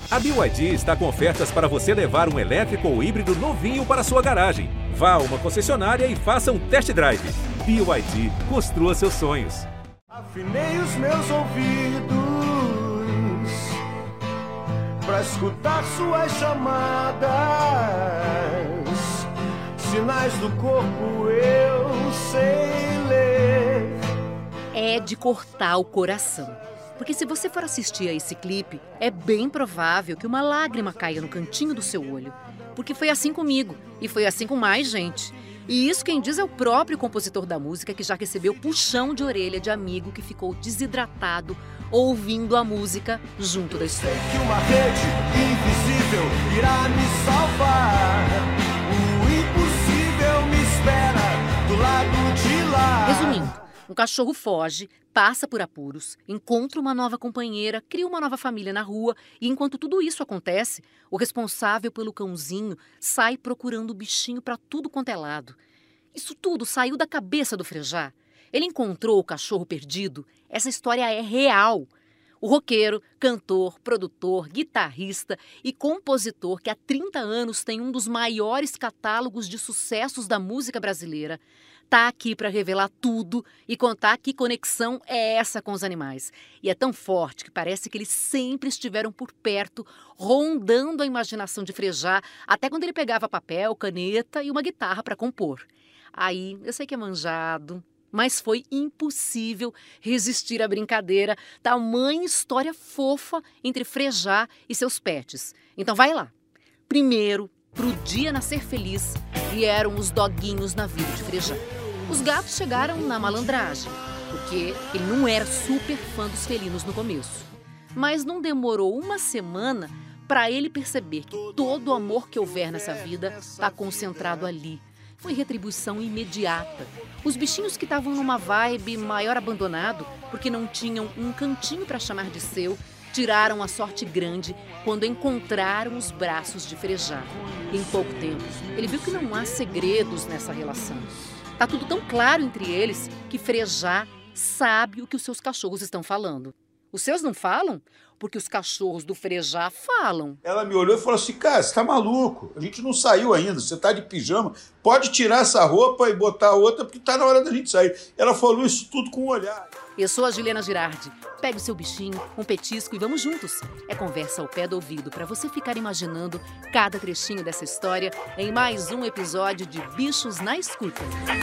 A BYD está com ofertas para você levar um elétrico ou híbrido novinho para sua garagem. Vá a uma concessionária e faça um test drive. BYD, construa seus sonhos. Afinei os meus ouvidos para escutar suas chamadas. Sinais do corpo eu sei ler. É de cortar o coração. Porque se você for assistir a esse clipe, é bem provável que uma lágrima caia no cantinho do seu olho. Porque foi assim comigo, e foi assim com mais gente. E isso quem diz é o próprio compositor da música, que já recebeu puxão de orelha de amigo que ficou desidratado ouvindo a música junto da história. Sei que uma rede invisível irá me salvar. O impossível me espera do lado de lá. Resumindo, um cachorro foge, passa por apuros, encontra uma nova companheira, cria uma nova família na rua e enquanto tudo isso acontece, o responsável pelo cãozinho sai procurando o bichinho para tudo quanto é lado. Isso tudo saiu da cabeça do Frejá. Ele encontrou o cachorro perdido. Essa história é real. O roqueiro, cantor, produtor, guitarrista e compositor que há 30 anos tem um dos maiores catálogos de sucessos da música brasileira, está aqui para revelar tudo e contar que conexão é essa com os animais. E é tão forte que parece que eles sempre estiveram por perto, rondando a imaginação de Frejá, até quando ele pegava papel, caneta e uma guitarra para compor. Aí, eu sei que é manjado, mas foi impossível resistir à brincadeira, tamanha história fofa entre Frejá e seus pets. Então vai lá. Primeiro, pro dia nascer feliz, vieram os doguinhos na vida de Frejá. Os gatos chegaram na malandragem, porque ele não era super fã dos felinos no começo. Mas não demorou uma semana para ele perceber que todo o amor que houver nessa vida está concentrado ali. Foi retribuição imediata. Os bichinhos que estavam numa vibe maior abandonado, porque não tinham um cantinho para chamar de seu, tiraram a sorte grande quando encontraram os braços de Frejá. Em pouco tempo, ele viu que não há segredos nessa relação. Tá tudo tão claro entre eles que Frejá sabe o que os seus cachorros estão falando. Os seus não falam? Porque os cachorros do Frejá falam. Ela me olhou e falou assim, cara, você tá maluco? A gente não saiu ainda, você tá de pijama. Pode tirar essa roupa e botar outra, porque tá na hora da gente sair. Ela falou isso tudo com um olhar. Eu sou a Juliana Girardi. Pegue o seu bichinho, um petisco e vamos juntos. É conversa ao pé do ouvido para você ficar imaginando cada trechinho dessa história em mais um episódio de Bichos na Escuta.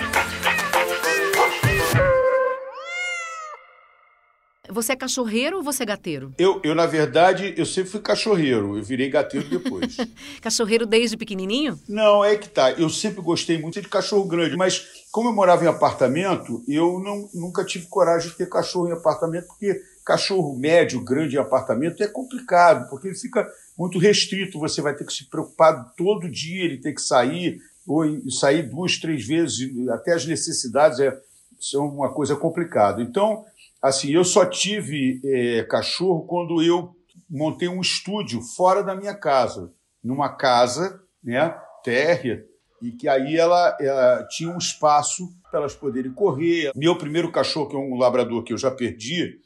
Você é cachorreiro ou você é gateiro? Na verdade, eu sempre fui cachorreiro. Eu virei gateiro depois. Cachorreiro desde pequenininho? Não, é que tá. Eu sempre gostei muito de cachorro grande, mas como eu morava em apartamento, eu nunca tive coragem de ter cachorro em apartamento, porque cachorro médio, grande em apartamento é complicado, porque ele fica muito restrito. Você vai ter que se preocupar todo dia, ele tem que sair, ou sair 2, 3 vezes, até as necessidades são uma coisa complicada. Então, assim, eu só tive cachorro quando eu montei um estúdio fora da minha casa, numa casa, né, térrea, e que aí ela tinha um espaço para elas poderem correr. Meu primeiro cachorro, que é um labrador que eu já perdi,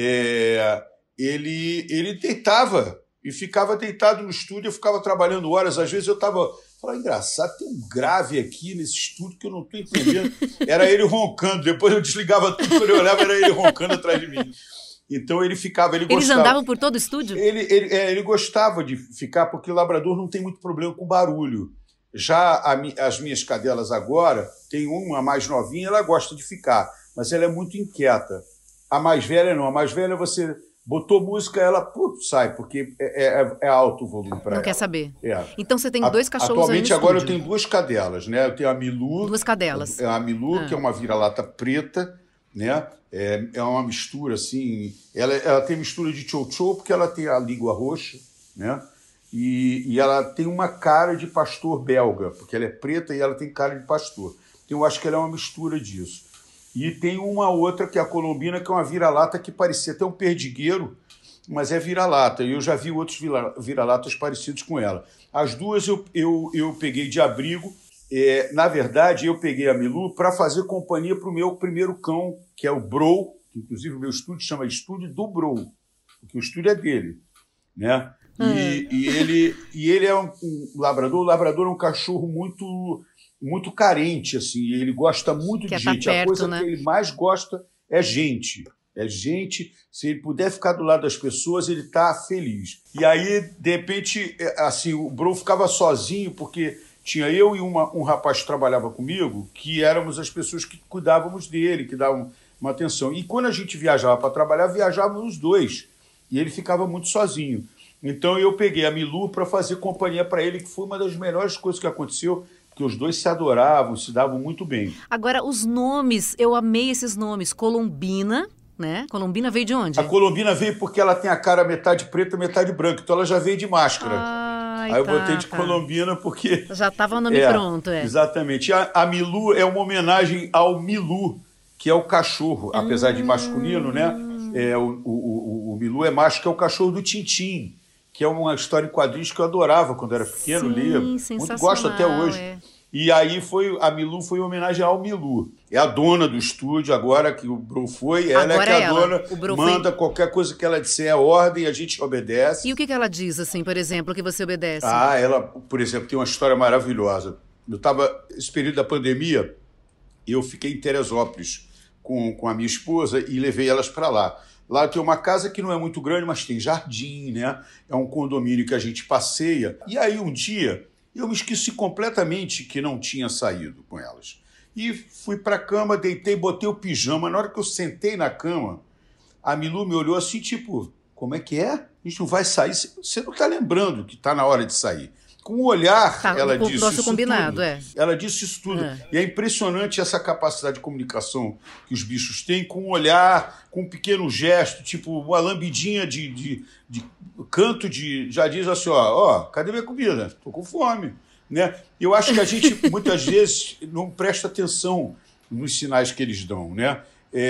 ele deitava e ficava deitado no estúdio, eu ficava trabalhando horas, às vezes eu estava... Falei, engraçado, tem um grave aqui nesse estúdio que eu não estou entendendo. Era ele roncando, depois eu desligava tudo, quando eu olhava era ele roncando atrás de mim. Então ele ficava, ele gostava. Eles andavam por todo o estúdio? Ele gostava de ficar, porque o labrador não tem muito problema com barulho. Já as minhas cadelas agora, tem uma mais novinha, ela gosta de ficar, mas ela é muito inquieta. A mais velha não, a mais velha você... Botou música, ela sai, porque é alto o volume para ela. Não quer saber. Então você tem 2 cachorros atualmente, aí no agora estúdio. eu tenho 2 cadelas, né? Eu tenho a Milu. 2 cadelas. A Milu, que é uma vira-lata preta, né? É uma mistura, assim... Ela tem mistura de chow-chow, porque ela tem a língua roxa, né? E ela tem uma cara de pastor belga, porque ela é preta e ela tem cara de pastor. Então eu acho que ela é uma mistura disso. E tem uma outra, que é a colombina, que é uma vira-lata que parecia até um perdigueiro, mas é vira-lata. E eu já vi outros vira-latas parecidos com ela. As duas eu peguei de abrigo. Na verdade, eu peguei a Milu para fazer companhia para o meu primeiro cão, que é o Bro. Inclusive, o meu estúdio chama Estúdio do Bro, porque o estúdio é dele, né? E ele é um labrador. O labrador é um cachorro muito carente, assim. Ele gosta muito de gente. Perto, a coisa, né? que ele mais gosta é gente. É gente. Se ele puder ficar do lado das pessoas, ele está feliz. E aí, de repente, assim, o Bro ficava sozinho, porque tinha eu e um rapaz que trabalhava comigo, que éramos as pessoas que cuidávamos dele, que davam uma atenção. E quando a gente viajava para trabalhar, viajávamos os dois. E ele ficava muito sozinho. Então eu peguei a Milu para fazer companhia para ele, que foi uma das melhores coisas que aconteceu, porque os dois se adoravam, se davam muito bem. Agora, os nomes, eu amei esses nomes. Colombina, né? Colombina veio de onde? A Colombina veio porque ela tem a cara metade preta, metade branca, então ela já veio de máscara. Ai, aí eu botei de Colombina porque... Já estava o nome pronto, Exatamente. A Milu é uma homenagem ao Milu, que é o cachorro, apesar de masculino, né? O Milu é macho, que é o cachorro do Tintim, que é uma história em quadrinhos que eu adorava quando era pequeno, lia. Muito gosto até hoje. E aí a Milu foi em homenagem ao Milu. É a dona do estúdio agora, que o Bro foi. Ela agora é que a dona manda qualquer coisa que ela disser, é ordem, a gente obedece. E o que ela diz, assim, por exemplo, que você obedece? Ela, por exemplo, tem uma história maravilhosa. Esse período da pandemia, eu fiquei em Teresópolis com a minha esposa e levei elas para lá. Lá tem uma casa que não é muito grande, mas tem jardim, né? É um condomínio que a gente passeia. E aí um dia eu me esqueci completamente que não tinha saído com elas. E fui para a cama, deitei, botei o pijama. Na hora que eu sentei na cama, a Milu me olhou assim, tipo, como é que é? A gente não vai sair? Você não está lembrando que está na hora de sair. Com o olhar, ela disse isso combinado, tudo. Ela disse isso tudo. E é impressionante essa capacidade de comunicação que os bichos têm, com o olhar, com um pequeno gesto, tipo uma lambidinha de canto já diz assim, ó, cadê minha comida? Tô com fome. Né? Eu acho que a gente, muitas vezes, não presta atenção nos sinais que eles dão. Né?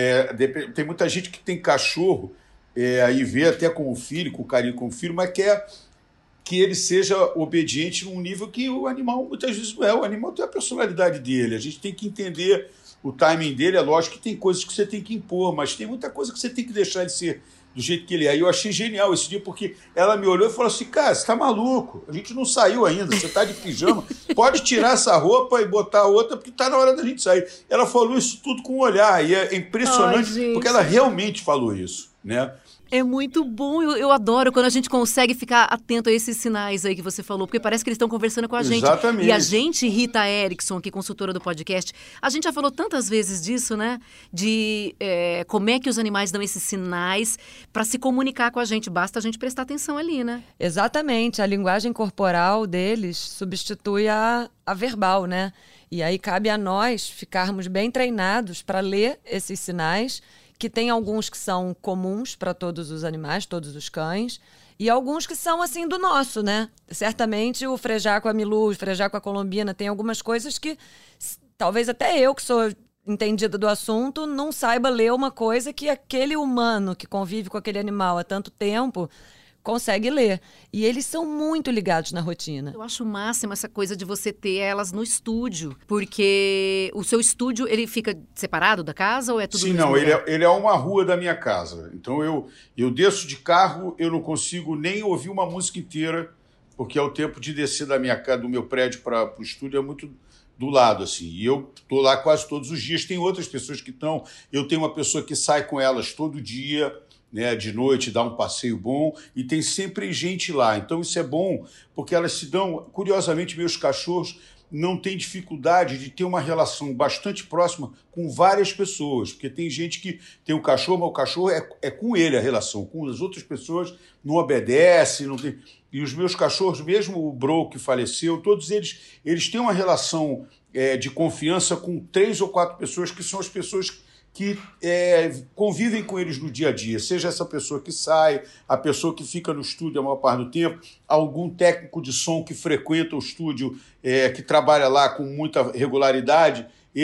Tem muita gente que tem cachorro, aí vê até com o filho, com carinho com o filho, mas quer que ele seja obediente num nível que o animal muitas vezes não é. O animal tem a personalidade dele, a gente tem que entender o timing dele. É lógico que tem coisas que você tem que impor, mas tem muita coisa que você tem que deixar ele ser do jeito que ele é. E eu achei genial esse dia, porque ela me olhou e falou assim, cara, você tá maluco, a gente não saiu ainda, você tá de pijama, pode tirar essa roupa e botar outra, porque tá na hora da gente sair. Ela falou isso tudo com um olhar, e é impressionante, porque ela realmente falou isso, né? É muito bom, eu adoro quando a gente consegue ficar atento a esses sinais aí que você falou, porque parece que eles estão conversando com a gente. Exatamente. E a gente, Rita Erickson, aqui consultora do podcast, a gente já falou tantas vezes disso, né? De como é que os animais dão esses sinais para se comunicar com a gente, basta a gente prestar atenção ali, né? Exatamente, a linguagem corporal deles substitui a verbal, né? E aí cabe a nós ficarmos bem treinados para ler esses sinais, que tem alguns que são comuns para todos os animais, todos os cães, e alguns que são, assim, do nosso, né? Certamente o frejar com a Milu, o frejar com a Colombina, tem algumas coisas que talvez até eu, que sou entendida do assunto, não saiba ler uma coisa que aquele humano que convive com aquele animal há tanto tempo consegue ler. E eles são muito ligados na rotina. Eu acho o máximo essa coisa de você ter elas no estúdio, porque o seu estúdio, ele fica separado da casa ou é tudo? Sim, não, ele é uma rua da minha casa. Então eu desço de carro, eu não consigo nem ouvir uma música inteira, porque é o tempo de descer do meu prédio para o estúdio é muito do lado, assim. E eu estou lá quase todos os dias. Tem outras pessoas que estão. Eu tenho uma pessoa que sai com elas todo dia, né, de noite, dá um passeio bom, e tem sempre gente lá. Então isso é bom, porque elas se dão... Curiosamente, meus cachorros não têm dificuldade de ter uma relação bastante próxima com várias pessoas, porque tem gente que tem um cachorro, mas o cachorro é com ele a relação, com as outras pessoas não obedece, não tem... E os meus cachorros, mesmo o Bro que faleceu, todos eles têm uma relação de confiança com 3 ou 4 pessoas, que são as pessoas que convivem com eles no dia a dia, seja essa pessoa que sai, a pessoa que fica no estúdio a maior parte do tempo, algum técnico de som que frequenta o estúdio, que trabalha lá com muita regularidade,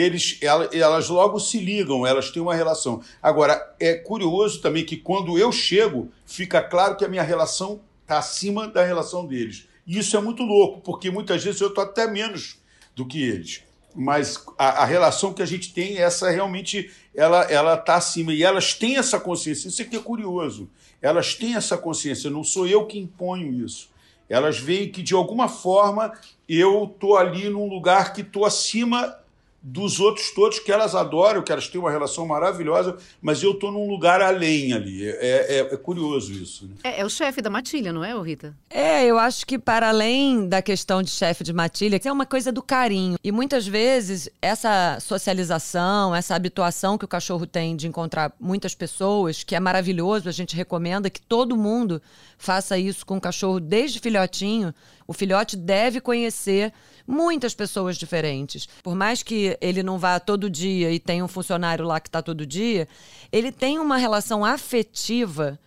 elas logo se ligam, elas têm uma relação. Agora, é curioso também que quando eu chego, fica claro que a minha relação está acima da relação deles. E isso é muito louco, porque muitas vezes eu estou até menos do que eles. mas a relação que a gente tem, essa realmente, ela está acima. E elas têm essa consciência, isso aqui é curioso. Elas têm essa consciência, não sou eu que imponho isso. Elas veem que, de alguma forma, eu estou ali num lugar que estou acima dos outros todos, que elas adoram, que elas têm uma relação maravilhosa, mas eu estou num lugar além ali. É curioso isso. Né? É o chefe da matilha, não é, Rita? Eu acho que para além da questão de chefe de matilha, é uma coisa do carinho. E muitas vezes essa socialização, essa habituação que o cachorro tem de encontrar muitas pessoas, que é maravilhoso, a gente recomenda que todo mundo faça isso com o cachorro desde filhotinho. O filhote deve conhecer muitas pessoas diferentes. Por mais que ele não vá todo dia e tenha um funcionário lá que está todo dia, ele tem uma relação afetiva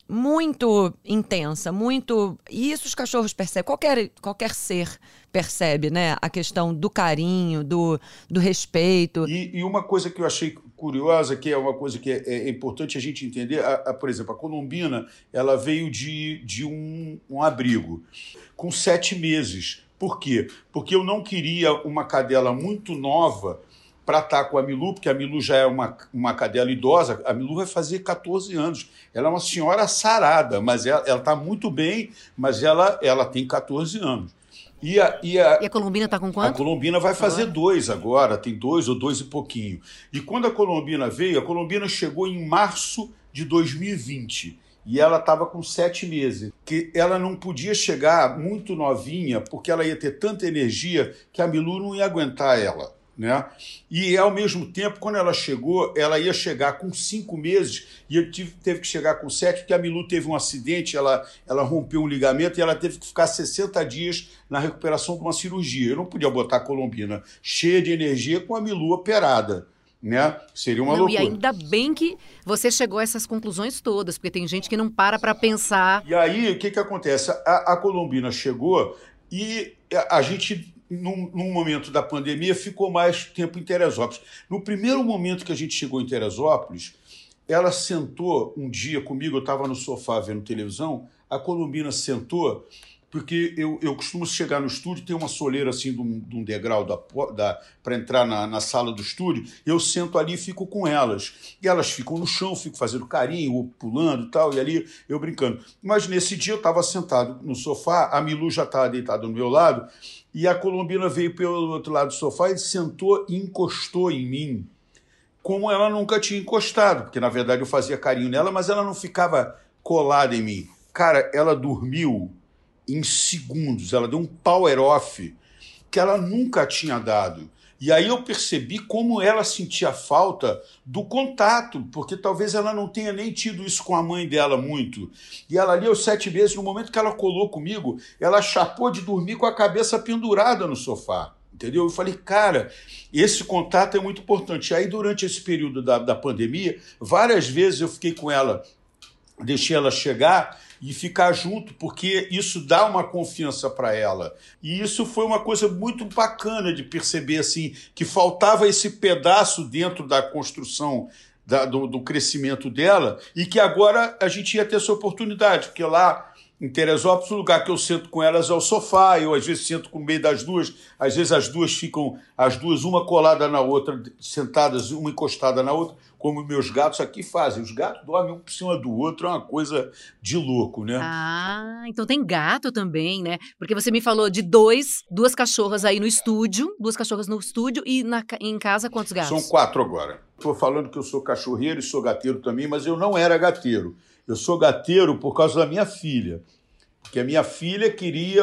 muito intensa, muito... E isso os cachorros percebem, qualquer ser percebe, né? A questão do carinho, do respeito. E uma coisa que eu achei curiosa, que é uma coisa que é importante a gente entender, por exemplo, a Colombina, ela veio de um abrigo com 7 meses. Por quê? Porque eu não queria uma cadela muito nova para estar com a Milu, porque a Milu já é uma cadela idosa. A Milu vai fazer 14 anos. Ela é uma senhora sarada, mas ela está muito bem, mas ela tem 14 anos. E a Colombina está com quanto? A Colombina vai fazer 2 agora, tem 2 ou 2 e pouquinho. E quando a Colombina veio, a Colombina chegou em março de 2020. E ela estava com 7 meses, que ela não podia chegar muito novinha, porque ela ia ter tanta energia que a Milu não ia aguentar ela. Né? E, ao mesmo tempo, quando ela chegou, ela ia chegar com 5 meses e eu teve que chegar com 7, porque a Milu teve um acidente, ela rompeu um ligamento e ela teve que ficar 60 dias na recuperação de uma cirurgia. Eu não podia botar a Colombina cheia de energia com a Milu operada. Né? Seria uma loucura. E ainda bem que você chegou a essas conclusões todas, porque tem gente que não para pensar. E aí, o que acontece? A Colombina chegou e a gente, num momento da pandemia, ficou mais tempo em Teresópolis. No primeiro momento que a gente chegou em Teresópolis, ela sentou um dia comigo, eu estava no sofá vendo televisão, a Colombina sentou, porque eu costumo chegar no estúdio, tem uma soleira assim de um degrau para entrar na sala do estúdio, eu sento ali e fico com elas. E elas ficam no chão, fico fazendo carinho, ou pulando e tal, e ali eu brincando. Mas nesse dia eu estava sentado no sofá, a Milu já estava deitada do meu lado, e a Colombina veio pelo outro lado do sofá e sentou e encostou em mim, como ela nunca tinha encostado, porque na verdade eu fazia carinho nela, mas ela não ficava colada em mim. Cara, ela dormiu em segundos, ela deu um power off que ela nunca tinha dado. E aí eu percebi como ela sentia falta do contato, porque talvez ela não tenha nem tido isso com a mãe dela muito. E ela ali aos 7 meses, no momento que ela colou comigo, ela chapou de dormir com a cabeça pendurada no sofá. Entendeu? Eu falei, cara, esse contato é muito importante. E aí, durante esse período da pandemia, várias vezes eu fiquei com ela, deixei ela chegar e ficar junto, porque isso dá uma confiança para ela. E isso foi uma coisa muito bacana de perceber, assim, que faltava esse pedaço dentro da construção do crescimento dela e que agora a gente ia ter essa oportunidade, porque lá em Teresópolis, o lugar que eu sento com elas é o sofá, eu às vezes sento no meio das duas, às vezes as duas ficam, uma colada na outra, sentadas, uma encostada na outra, como meus gatos aqui fazem. Os gatos dormem um por cima do outro, é uma coisa de louco, né? Ah, então tem gato também, né? Porque você me falou de duas cachorras aí no estúdio, 2 cachorras no estúdio, e em casa quantos gatos? São 4 agora. Estou falando que eu sou cachorreiro e sou gateiro também, mas eu não era gateiro. Eu sou gateiro por causa da minha filha, porque a minha filha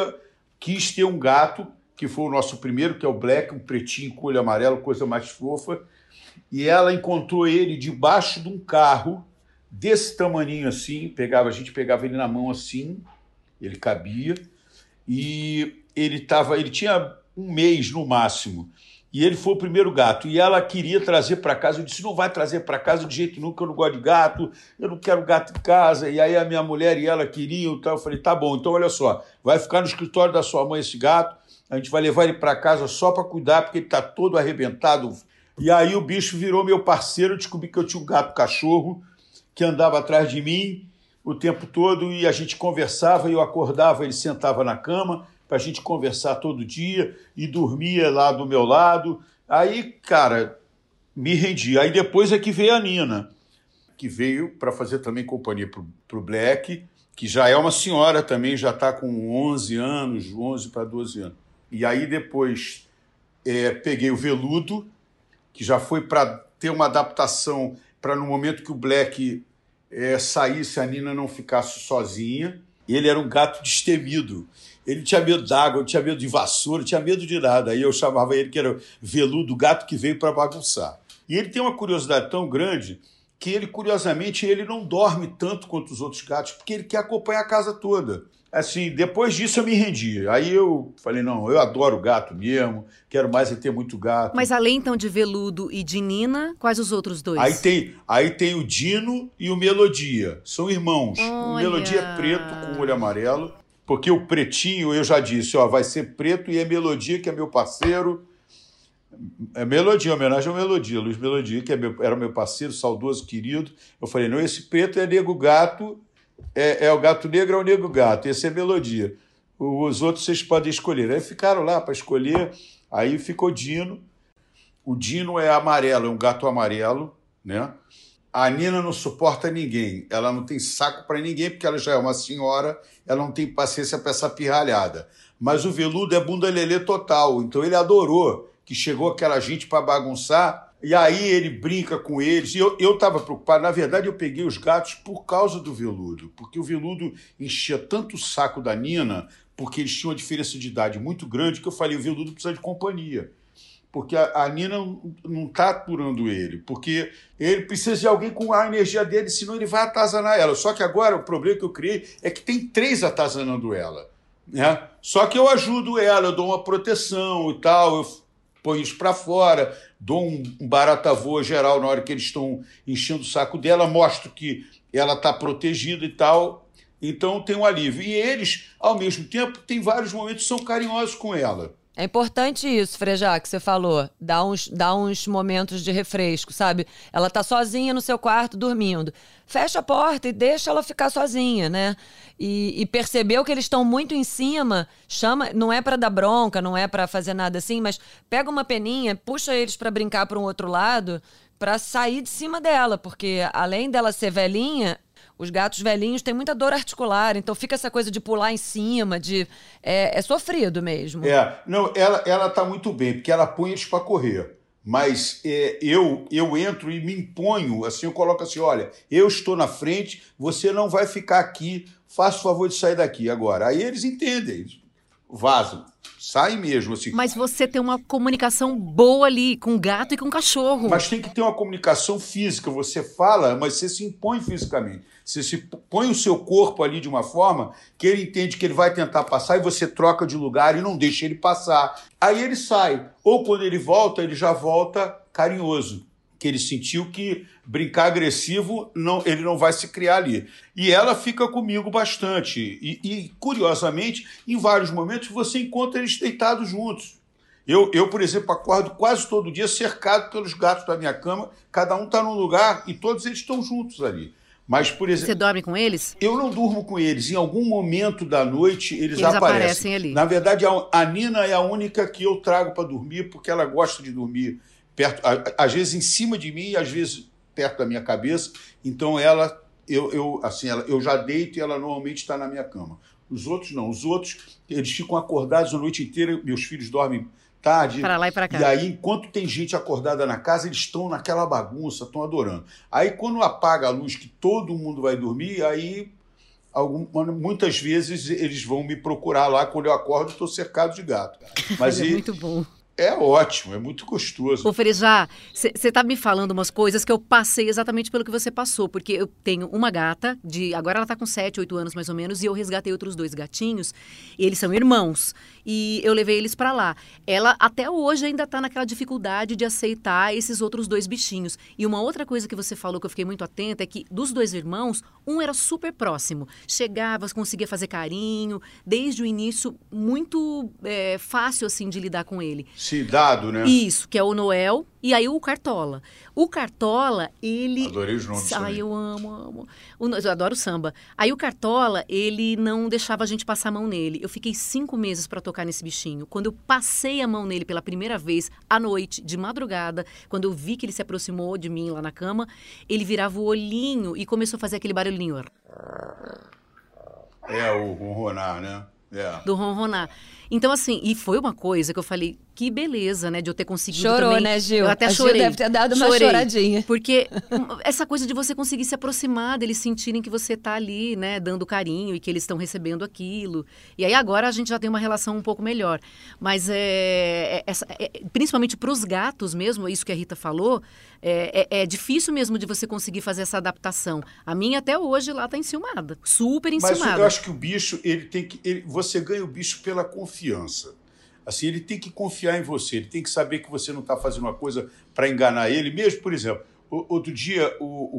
quis ter um gato, que foi o nosso primeiro, que é o Black, um pretinho com olho amarelo, coisa mais fofa, e ela encontrou ele debaixo de um carro, desse tamaninho assim, a gente pegava ele na mão assim, ele cabia, e ele tinha 1 mês no máximo, e ele foi o primeiro gato, e ela queria trazer para casa. Eu disse, não vai trazer para casa de jeito nenhum, que eu não gosto de gato, eu não quero gato em casa. E aí a minha mulher e ela queriam, então eu falei, tá bom, então olha só, vai ficar no escritório da sua mãe esse gato, a gente vai levar ele para casa só para cuidar, porque ele está todo arrebentado. E aí o bicho virou meu parceiro, eu descobri que eu tinha um gato cachorro que andava atrás de mim o tempo todo, e a gente conversava, eu acordava, ele sentava na cama, para a gente conversar todo dia, e dormia lá do meu lado, Aí, cara, me rendi. Aí depois é que veio a Nina, que veio para fazer também companhia pro Black, que já é uma senhora também, já está com 11 anos, 11 para 12 anos. E aí depois peguei o Veludo, que já foi para ter uma adaptação para no momento que o Black saísse, a Nina não ficasse sozinha. Ele era um gato destemido. Ele tinha medo d'água, tinha medo de vassoura, tinha medo de nada. Aí eu chamava ele que era Veludo, o gato que veio para bagunçar. E ele tem uma curiosidade tão grande que ele, curiosamente, ele não dorme tanto quanto os outros gatos, porque ele quer acompanhar a casa toda. Assim, depois disso eu me rendi. Aí eu falei, não, eu adoro gato mesmo, quero mais ter muito gato. Mas além, então, de Veludo e de Nina, quais os outros dois? Aí tem o Dino e o Melodia, são irmãos. Olha. O Melodia é preto com olho amarelo, porque o pretinho, eu já disse, vai ser preto, e é Melodia, que é meu parceiro. É Melodia, homenagem ao Melodia, Luiz Melodia, que era meu parceiro, saudoso, querido. Eu falei, não, esse preto é nego gato, é o gato negro, é o nego gato, esse é Melodia. Os outros vocês podem escolher. Aí ficaram lá para escolher, aí ficou Dino. O Dino é amarelo, é um gato amarelo, né? A Nina não suporta ninguém, ela não tem saco para ninguém, porque ela já é uma senhora, ela não tem paciência para essa pirralhada. Mas o Veludo é bunda lelê total, então ele adorou que chegou aquela gente para bagunçar, e aí ele brinca com eles. E eu estava preocupado, na verdade eu peguei os gatos por causa do Veludo, porque o Veludo enchia tanto o saco da Nina, porque eles tinham uma diferença de idade muito grande, que eu falei, o Veludo precisa de companhia. Porque a Nina não está aturando ele, porque ele precisa de alguém com a energia dele, senão ele vai atazanar ela. Só que agora o problema que eu criei é que tem 3 atazanando ela, né? Só que eu ajudo ela, eu dou uma proteção e tal, eu ponho isso para fora, dou um barata-voa geral na hora que eles estão enchendo o saco dela, mostro que ela está protegida e tal, então tem um alívio. E eles, ao mesmo tempo, tem vários momentos que são carinhosos com ela. É importante isso, Frejá, que você falou. Dá uns momentos de refresco, sabe? Ela tá sozinha no seu quarto, dormindo. Fecha a porta e deixa ela ficar sozinha, né? E percebeu que eles estão muito em cima, chama, não é pra dar bronca, não é pra fazer nada assim, mas pega uma peninha, puxa eles pra brincar pra um outro lado, pra sair de cima dela, porque além dela ser velhinha, os gatos velhinhos têm muita dor articular, então fica essa coisa de pular em cima, é sofrido mesmo. Não, ela tá muito bem, porque ela põe eles para correr. Mas eu entro e me imponho, assim, eu coloco assim, olha, eu estou na frente, você não vai ficar aqui, faça o favor de sair daqui agora. Aí eles entendem, eles vazam, saem mesmo. Assim. Mas você tem uma comunicação boa ali, com gato e com cachorro. Mas tem que ter uma comunicação física, você fala, mas você se impõe fisicamente. Você se põe o seu corpo ali de uma forma que ele entende que ele vai tentar passar e você troca de lugar e não deixa ele passar. Aí ele sai. Ou quando ele volta, ele já volta carinhoso. Que ele sentiu que brincar agressivo, ele não vai se criar ali. E ela fica comigo bastante. E curiosamente, em vários momentos, você encontra eles deitados juntos. Eu, por exemplo, acordo quase todo dia cercado pelos gatos da minha cama. Cada um está num lugar e todos eles estão juntos ali. Mas, por exemplo, você dorme com eles? Eu não durmo com eles. Em algum momento da noite, eles aparecem ali. Na verdade, a Nina é a única que eu trago para dormir, porque ela gosta de dormir perto, às vezes em cima de mim, às vezes perto da minha cabeça. Então, eu já deito e ela normalmente está na minha cama. Os outros não. Os outros, eles ficam acordados a noite inteira. Meus filhos dormem tarde. Para lá e para cá. E aí, enquanto tem gente acordada na casa, eles estão naquela bagunça, estão adorando. Aí, quando apaga a luz, que todo mundo vai dormir, aí muitas vezes eles vão me procurar lá. Quando eu acordo, estou cercado de gato. Mas é muito bom. É ótimo, é muito gostoso. Ô, Frejá, você está me falando umas coisas que eu passei exatamente pelo que você passou, porque eu tenho uma gata, agora ela está com 7, 8 anos mais ou menos, e eu resgatei outros 2 gatinhos, e eles são irmãos, e eu levei eles para lá. Ela até hoje ainda está naquela dificuldade de aceitar esses outros 2 bichinhos. E uma outra coisa que você falou que eu fiquei muito atenta é que dos 2 irmãos, um era super próximo, chegava, conseguia fazer carinho, desde o início, muito fácil assim de lidar com ele. Sim, dado, né? Isso, que é o Noel e aí o Cartola. O Cartola, ele... Adorei os nomes Ai, também. eu amo. Eu adoro samba. Aí o Cartola, ele não deixava a gente passar a mão nele. Eu fiquei 5 meses para tocar nesse bichinho. Quando eu passei a mão nele pela primeira vez, à noite, de madrugada, quando eu vi que ele se aproximou de mim lá na cama, ele virava o olhinho e começou a fazer aquele barulhinho. É o ronronar, né? É. Do ronronar. Então, assim, e foi uma coisa que eu falei, que beleza, né, de eu ter conseguido Chorou, também. né, Gil? Eu até A chorei. Gil deve ter dado uma choradinha. Porque essa coisa de você conseguir se aproximar, deles sentirem que você tá ali, né, dando carinho e que eles estão recebendo aquilo. E aí agora a gente já tem uma relação um pouco melhor. Mas principalmente para os gatos mesmo, isso que a Rita falou, é difícil mesmo de você conseguir fazer essa adaptação. A minha até hoje lá tá enciumada, super enciumada. Mas eu acho que o bicho, você ganha o bicho pela confiança. Assim, ele tem que confiar em você, ele tem que saber que você não está fazendo uma coisa para enganar ele. Mesmo, por exemplo, outro dia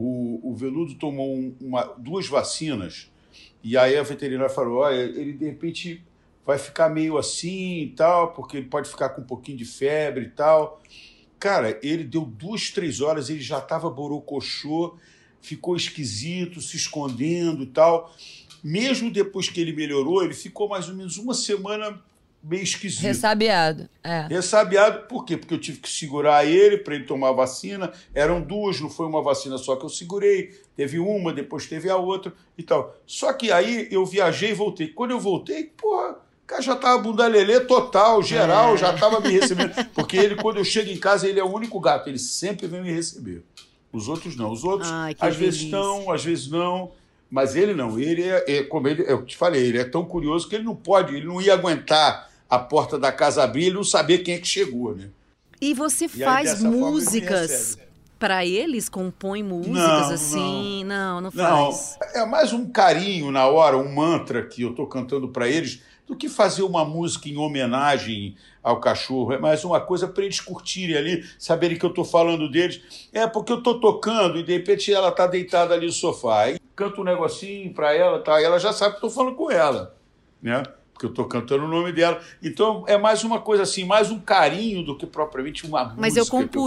o Veludo tomou 2 vacinas e aí a veterinária falou, olha, ele de repente vai ficar meio assim e tal, porque ele pode ficar com um pouquinho de febre e tal. Cara, ele deu 2, 3 horas, ele já estava borocochô, ficou esquisito, se escondendo e tal. Mesmo depois que ele melhorou, ele ficou mais ou menos uma semana meio esquisito. Ressabiado. Ressabiado, por quê? Porque eu tive que segurar ele para ele tomar a vacina. Eram 2, não foi uma vacina só que eu segurei. Teve uma, depois teve a outra e tal. Só que aí eu viajei e voltei. Quando eu voltei, porra, o cara já estava bundalelê total, geral, já estava me recebendo. Porque ele, quando eu chego em casa, ele é o único gato. Ele sempre vem me receber. Os outros não. Os outros, às vezes estão, às vezes não. Mas ele não, ele como eu te falei, ele é tão curioso que ele não ia aguentar a porta da casa abrir e não saber quem é que chegou, né? E você faz músicas para eles? Compõe músicas assim? Não faz. É mais um carinho na hora, um mantra que eu estou cantando para eles, do que fazer uma música em homenagem ao cachorro. É mais uma coisa para eles curtirem ali, saberem que eu estou falando deles. É porque eu estou tocando e de repente ela está deitada ali no sofá. Aí canto um negocinho para ela, tá? Ela já sabe que estou falando com ela, né? Porque eu estou cantando o nome dela. Então é mais uma coisa assim, mais um carinho do que propriamente uma música. Mas eu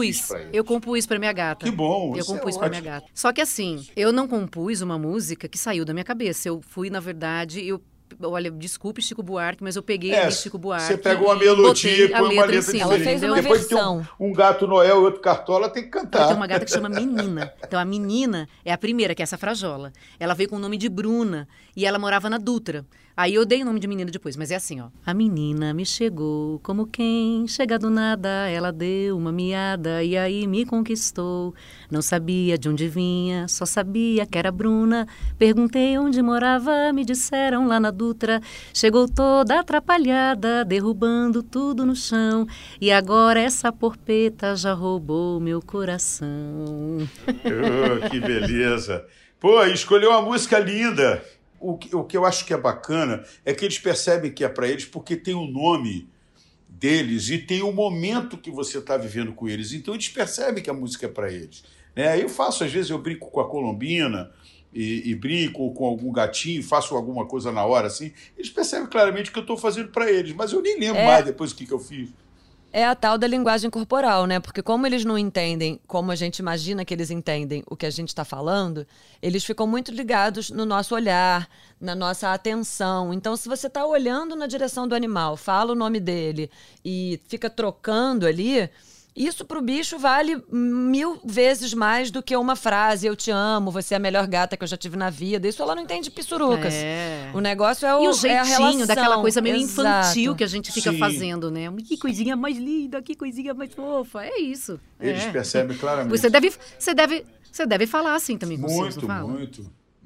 compus para minha gata. Que bom. Eu compus para minha gata. Só que assim, eu não compus uma música que saiu da minha cabeça. Eu fui, na verdade, olha, desculpe, Chico Buarque, mas eu peguei ali Chico Buarque. Você pegou uma melodia e põe uma letra diferente. Ela fez uma Depois versão. Tem um gato Noel e outro Cartola, tem que cantar. Tem uma gata que chama Menina. Então a Menina é a primeira, que é essa Frajola. Ela veio com o nome de Bruna e ela morava na Dutra. Aí eu dei o nome de Menina depois, mas é assim, ó. A menina me chegou como quem chega do nada, ela deu uma miada e aí me conquistou. Não sabia de onde vinha, só sabia que era Bruna. Perguntei onde morava, me disseram lá na Dutra. Chegou toda atrapalhada, derrubando tudo no chão. E agora essa porpeta já roubou meu coração. Que beleza. Pô, escolheu uma música linda. O que eu acho que é bacana é que eles percebem que é para eles porque tem o nome deles e tem o momento que você está vivendo com eles. Então eles percebem que a música é para eles. Eu faço, às vezes, eu brinco com a Colombina e brinco com algum gatinho, faço alguma coisa na hora, assim. Eles percebem claramente o que eu estou fazendo para eles, mas eu nem lembro mais depois o que eu fiz. É a tal da linguagem corporal, né? Porque como eles não entendem, como a gente imagina que eles entendem o que a gente está falando, eles ficam muito ligados no nosso olhar, na nossa atenção. Então, se você está olhando na direção do animal, fala o nome dele e fica trocando ali, isso pro bicho vale 1000 vezes mais do que uma frase, eu te amo, você é a melhor gata que eu já tive na vida. Isso ela não entende pissurucas. O negócio é e o jeitinho a relação daquela coisa meio infantil Exato. que a gente fica fazendo, né? Que coisinha mais linda, que coisinha mais fofa. É isso. Eles percebem claramente. Você deve falar assim também com vocês, não fala? Muito.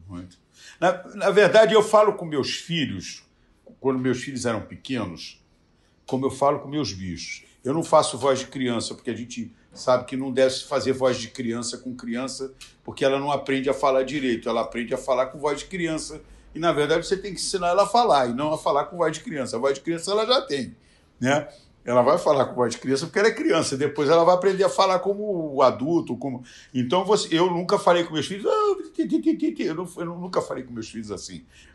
Na verdade, eu falo com meus filhos, quando meus filhos eram pequenos, como eu falo com meus bichos. Eu não faço voz de criança, porque a gente sabe que não deve fazer voz de criança com criança, porque ela não aprende a falar direito, ela aprende a falar com voz de criança. E, na verdade, você tem que ensinar ela a falar, e não a falar com voz de criança. A voz de criança ela já tem, né? Ela vai falar com voz de criança porque ela é criança, depois ela vai aprender a falar como adulto. Então, eu nunca falei com meus filhos... Eu nunca falei com meus filhos assim.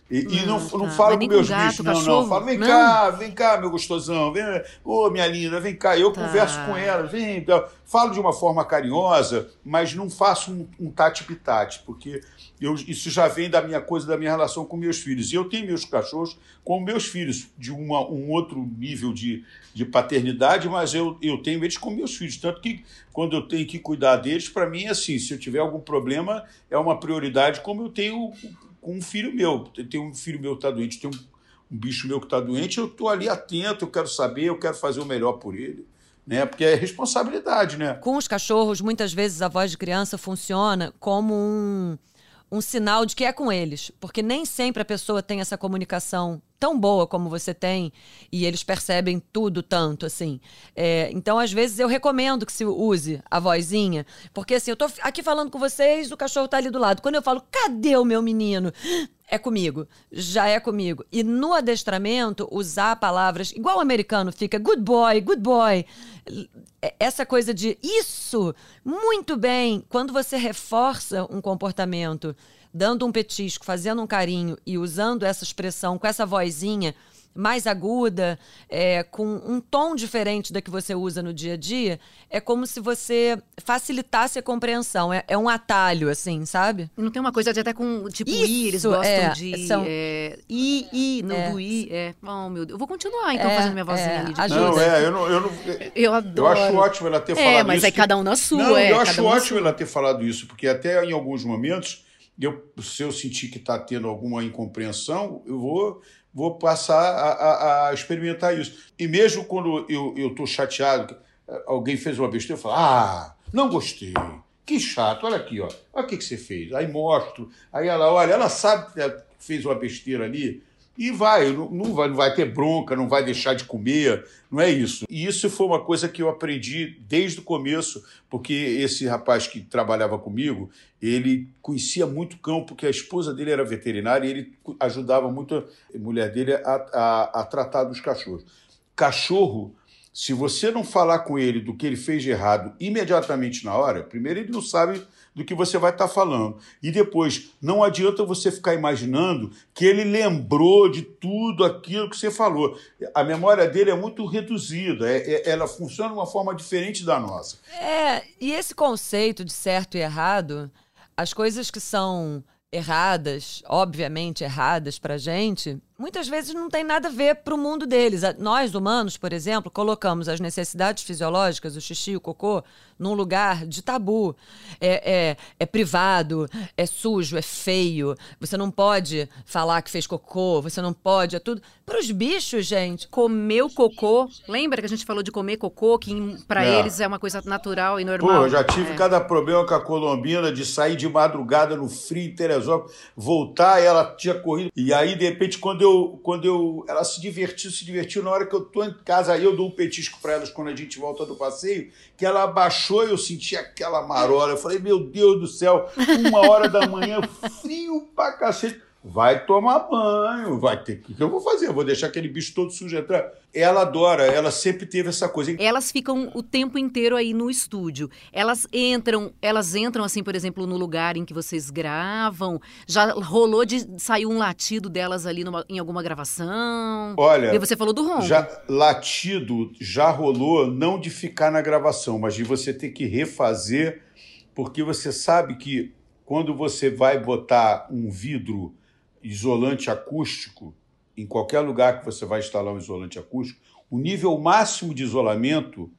E não falo com meus bichos, não. Falo, vem cá, meu gostosão, vem, minha linda, vem cá. Eu converso com ela, vem. Falo de uma forma carinhosa, mas não faço um tati-pitate, porque isso já vem da minha relação com meus filhos. E eu tenho meus cachorros como meus filhos, de um outro nível de paternidade, mas eu tenho eles como meus filhos. Tanto que, quando eu tenho que cuidar deles, para mim é assim, se eu tiver algum problema, é uma prioridade, como eu tenho com um filho meu. Tem um filho meu que está doente, tem um bicho meu que está doente, eu estou ali atento, eu quero saber, eu quero fazer o melhor por ele, né? Porque é responsabilidade, né? Com os cachorros, muitas vezes a voz de criança funciona como um sinal de que é com eles, porque nem sempre a pessoa tem essa comunicação tão boa como você tem e eles percebem tudo tanto, assim. Então, às vezes, eu recomendo que se use a vozinha, porque assim, eu tô aqui falando com vocês, o cachorro tá ali do lado. Quando eu falo, cadê o meu menino? É comigo, já é comigo. E no adestramento, usar palavras, igual o americano fica, good boy, good boy. Essa coisa de isso, muito bem. Quando você reforça um comportamento, dando um petisco, fazendo um carinho e usando essa expressão com essa vozinha mais aguda, com um tom diferente da que você usa no dia a dia, é como se você facilitasse a compreensão. É um atalho, assim, sabe? E não tem uma coisa de até com, tipo, isso, i, eles gostam de... São... não do i. Oh, meu Deus. Eu vou continuar, então, fazendo minha vozinha ali. Eu adoro. Eu acho ótimo ela ter falado isso. Mas aí cada um na sua. Eu acho ótimo ela ter falado isso, porque até em alguns momentos, se eu sentir que está tendo alguma incompreensão, eu vou passar a experimentar isso. E mesmo quando eu estou chateado, alguém fez uma besteira, eu falo, não gostei, que chato, olha aqui, olha o que você fez. Aí mostro, aí ela sabe que fez uma besteira ali, e não vai ter bronca, não vai deixar de comer, não é isso. E isso foi uma coisa que eu aprendi desde o começo, porque esse rapaz que trabalhava comigo, ele conhecia muito cão, porque a esposa dele era veterinária e ele ajudava muito a mulher dele a tratar dos cachorros. Cachorro, se você não falar com ele do que ele fez de errado imediatamente na hora, primeiro ele não sabe do que você vai estar falando. E depois, não adianta você ficar imaginando que ele lembrou de tudo aquilo que você falou. A memória dele é muito reduzida, ela funciona de uma forma diferente da nossa. E esse conceito de certo e errado, as coisas que são erradas, obviamente erradas pra gente, muitas vezes não tem nada a ver pro mundo deles. Nós, humanos, por exemplo, colocamos as necessidades fisiológicas, o xixi e o cocô, num lugar de tabu. É privado, é sujo, é feio. Você não pode falar que fez cocô, você não pode, é tudo. Pros bichos, gente. Comer o cocô. Lembra que a gente falou de comer cocô, que pra eles é uma coisa natural e normal? Eu já tive cada problema com a Colombina, de sair de madrugada no frio em Teresópolis, voltar, ela tinha corrido. E aí, de repente, quando ela se divertiu na hora que eu tô em casa, aí eu dou um petisco para elas quando a gente volta do passeio, que ela abaixou e eu senti aquela marola. Eu falei, meu Deus do céu, 1h da manhã, frio pra cacete. Vai tomar banho, vai ter que... O que eu vou fazer? Eu vou deixar aquele bicho todo sujo entrar? Ela adora, ela sempre teve essa coisa. Elas ficam o tempo inteiro aí no estúdio. Elas entram assim, por exemplo, no lugar em que vocês gravam. Já rolou de sair um latido delas ali em alguma gravação? Olha, e você falou do ronco. Latido já rolou, não de ficar na gravação, mas de você ter que refazer, porque você sabe que quando você vai botar um vidro isolante acústico, em qualquer lugar que você vai instalar um isolante acústico, o nível máximo de isolamento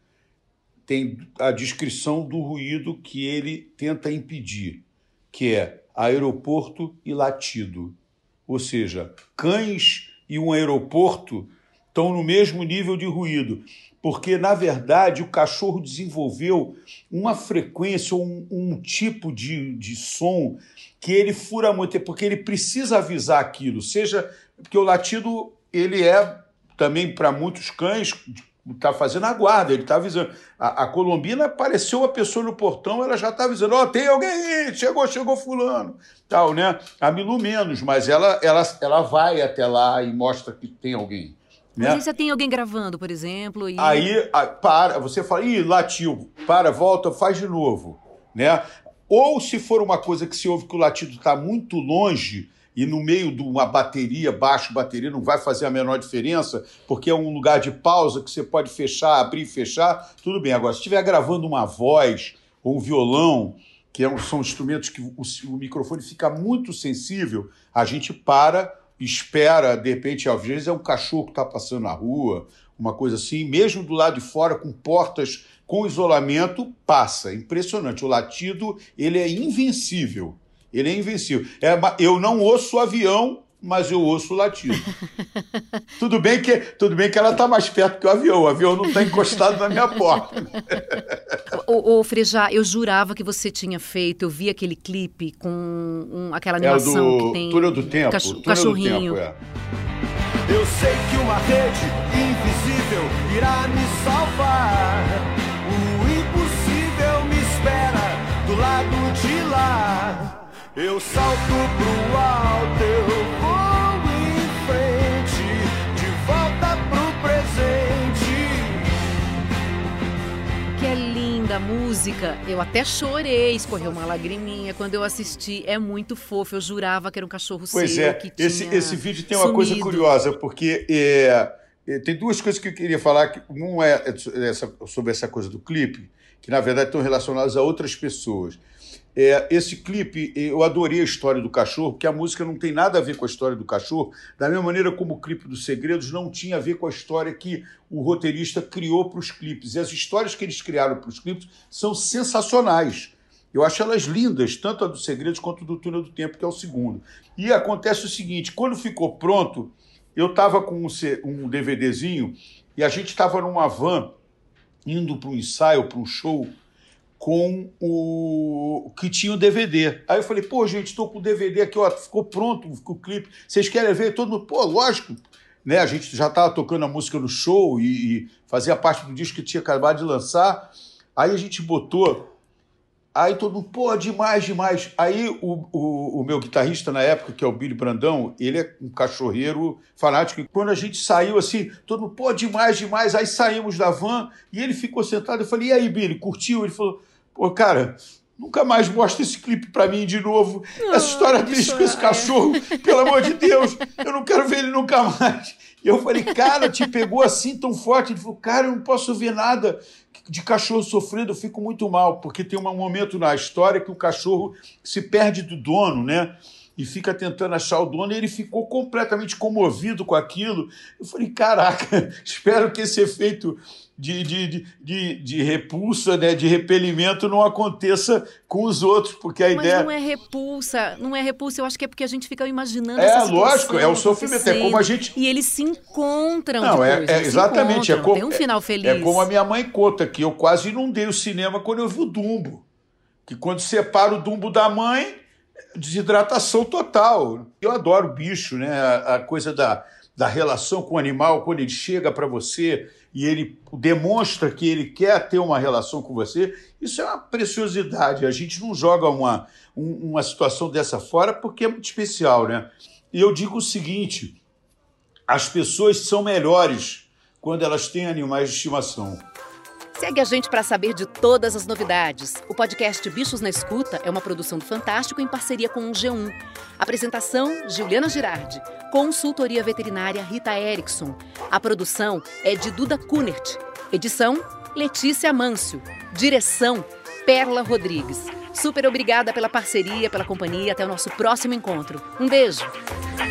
tem a descrição do ruído que ele tenta impedir, que é aeroporto e latido. Ou seja, cães e um aeroporto estão no mesmo nível de ruído, porque, na verdade, o cachorro desenvolveu uma frequência, um tipo de som que ele fura muito, porque ele precisa avisar aquilo, porque o latido, ele é também, para muitos cães, está fazendo a guarda, ele está avisando. A Colombina apareceu a pessoa no portão, ela já está avisando, tem alguém aí, chegou fulano, tal, né? A Milu menos, mas ela vai até lá e mostra que tem alguém. Mas aí você tem alguém gravando, por exemplo, e... Aí, você fala, latiu, volta, faz de novo, né? Ou se for uma coisa que se ouve que o latido está muito longe, e no meio de uma bateria, baixo, bateria, não vai fazer a menor diferença, porque é um lugar de pausa que você pode fechar, abrir e fechar, tudo bem. Agora, se estiver gravando uma voz ou um violão, que são instrumentos que o microfone fica muito sensível, a gente para, espera, de repente, às vezes é um cachorro que está passando na rua, uma coisa assim, mesmo do lado de fora, com portas, com isolamento, passa. Impressionante. O latido, ele é invencível. Ele é invencível. Eu não ouço o avião, mas eu ouço o latido. Tudo bem que ela está mais perto que o avião não está encostado na minha porta. Ô, Frejá, eu jurava que você tinha feito, eu vi aquele clipe com aquela animação que tem... Túnel do Tempo. Cachorrinho. Do Tempo, Eu sei que uma rede invisível irá me salvar. O impossível me espera do lado de lá. Eu salto pro alto, eu vou em frente, de volta pro presente. Que é linda a música. Eu até chorei, escorreu uma lagriminha quando eu assisti. É muito fofo, eu jurava que era um cachorro pois seu é, que tinha esse vídeo tem uma coisa curiosa, porque tem duas coisas que eu queria falar, que um sobre essa coisa do clipe, que na verdade estão relacionadas a outras pessoas. Esse clipe, eu adorei a história do cachorro, porque a música não tem nada a ver com a história do cachorro, da mesma maneira como o clipe dos Segredos não tinha a ver com a história que o roteirista criou para os clipes. E as histórias que eles criaram para os clipes são sensacionais. Eu acho elas lindas, tanto a dos Segredos quanto do Túnel do Tempo, que é o segundo. E acontece o seguinte, quando ficou pronto, eu estava com um DVDzinho e a gente estava numa van indo para um ensaio, para um show, com o que tinha o DVD. Aí eu falei, pô, gente, estou com o DVD aqui, ó, ficou pronto o clipe. Vocês querem ver? Todo mundo, pô, lógico. Né? A gente já estava tocando a música no show e fazia parte do disco que tinha acabado de lançar. Aí a gente botou, aí todo mundo, pô, demais, demais. Aí o meu guitarrista na época, que é o Billy Brandão, ele é um cachorreiro fanático. E quando a gente saiu assim, todo mundo, pô, demais, demais. Aí saímos da van e ele ficou sentado. Eu falei, e aí, Billy, curtiu? Ele falou, pô, cara, nunca mais mostra esse clipe pra mim de novo. Essa história triste com esse cachorro, pelo amor de Deus, eu não quero ver ele nunca mais. E eu falei, cara, te pegou assim tão forte? Ele falou, cara, eu não posso ver nada de cachorro sofrendo, eu fico muito mal, porque tem um momento na história que o cachorro se perde do dono, né? E fica tentando achar o dono, e ele ficou completamente comovido com aquilo. Eu falei, caraca, espero que esse efeito de repulsa, né, de repelimento não aconteça com os outros, porque a ideia... Mas não é repulsa, eu acho que é porque a gente fica imaginando essa situação. Lógico, é o sofrimento, é como a gente... E eles se encontram não, depois. Exatamente. Tem um final feliz. É como a minha mãe conta, que eu quase inundei o cinema quando eu vi o Dumbo. Que quando separa o Dumbo da mãe, desidratação total. Eu adoro bicho, né? A coisa da relação com o animal, quando ele chega para você e ele demonstra que ele quer ter uma relação com você, isso é uma preciosidade. A gente não joga uma situação dessa fora porque é muito especial, né? E eu digo o seguinte, as pessoas são melhores quando elas têm animais de estimação. Segue a gente para saber de todas as novidades. O podcast Bichos na Escuta é uma produção do Fantástico em parceria com o G1. Apresentação, Juliana Girardi. Consultoria veterinária, Rita Erickson. A produção é de Duda Kunert. Edição, Letícia Amâncio. Direção, Perla Rodrigues. Super obrigada pela parceria, pela companhia. Até o nosso próximo encontro. Um beijo.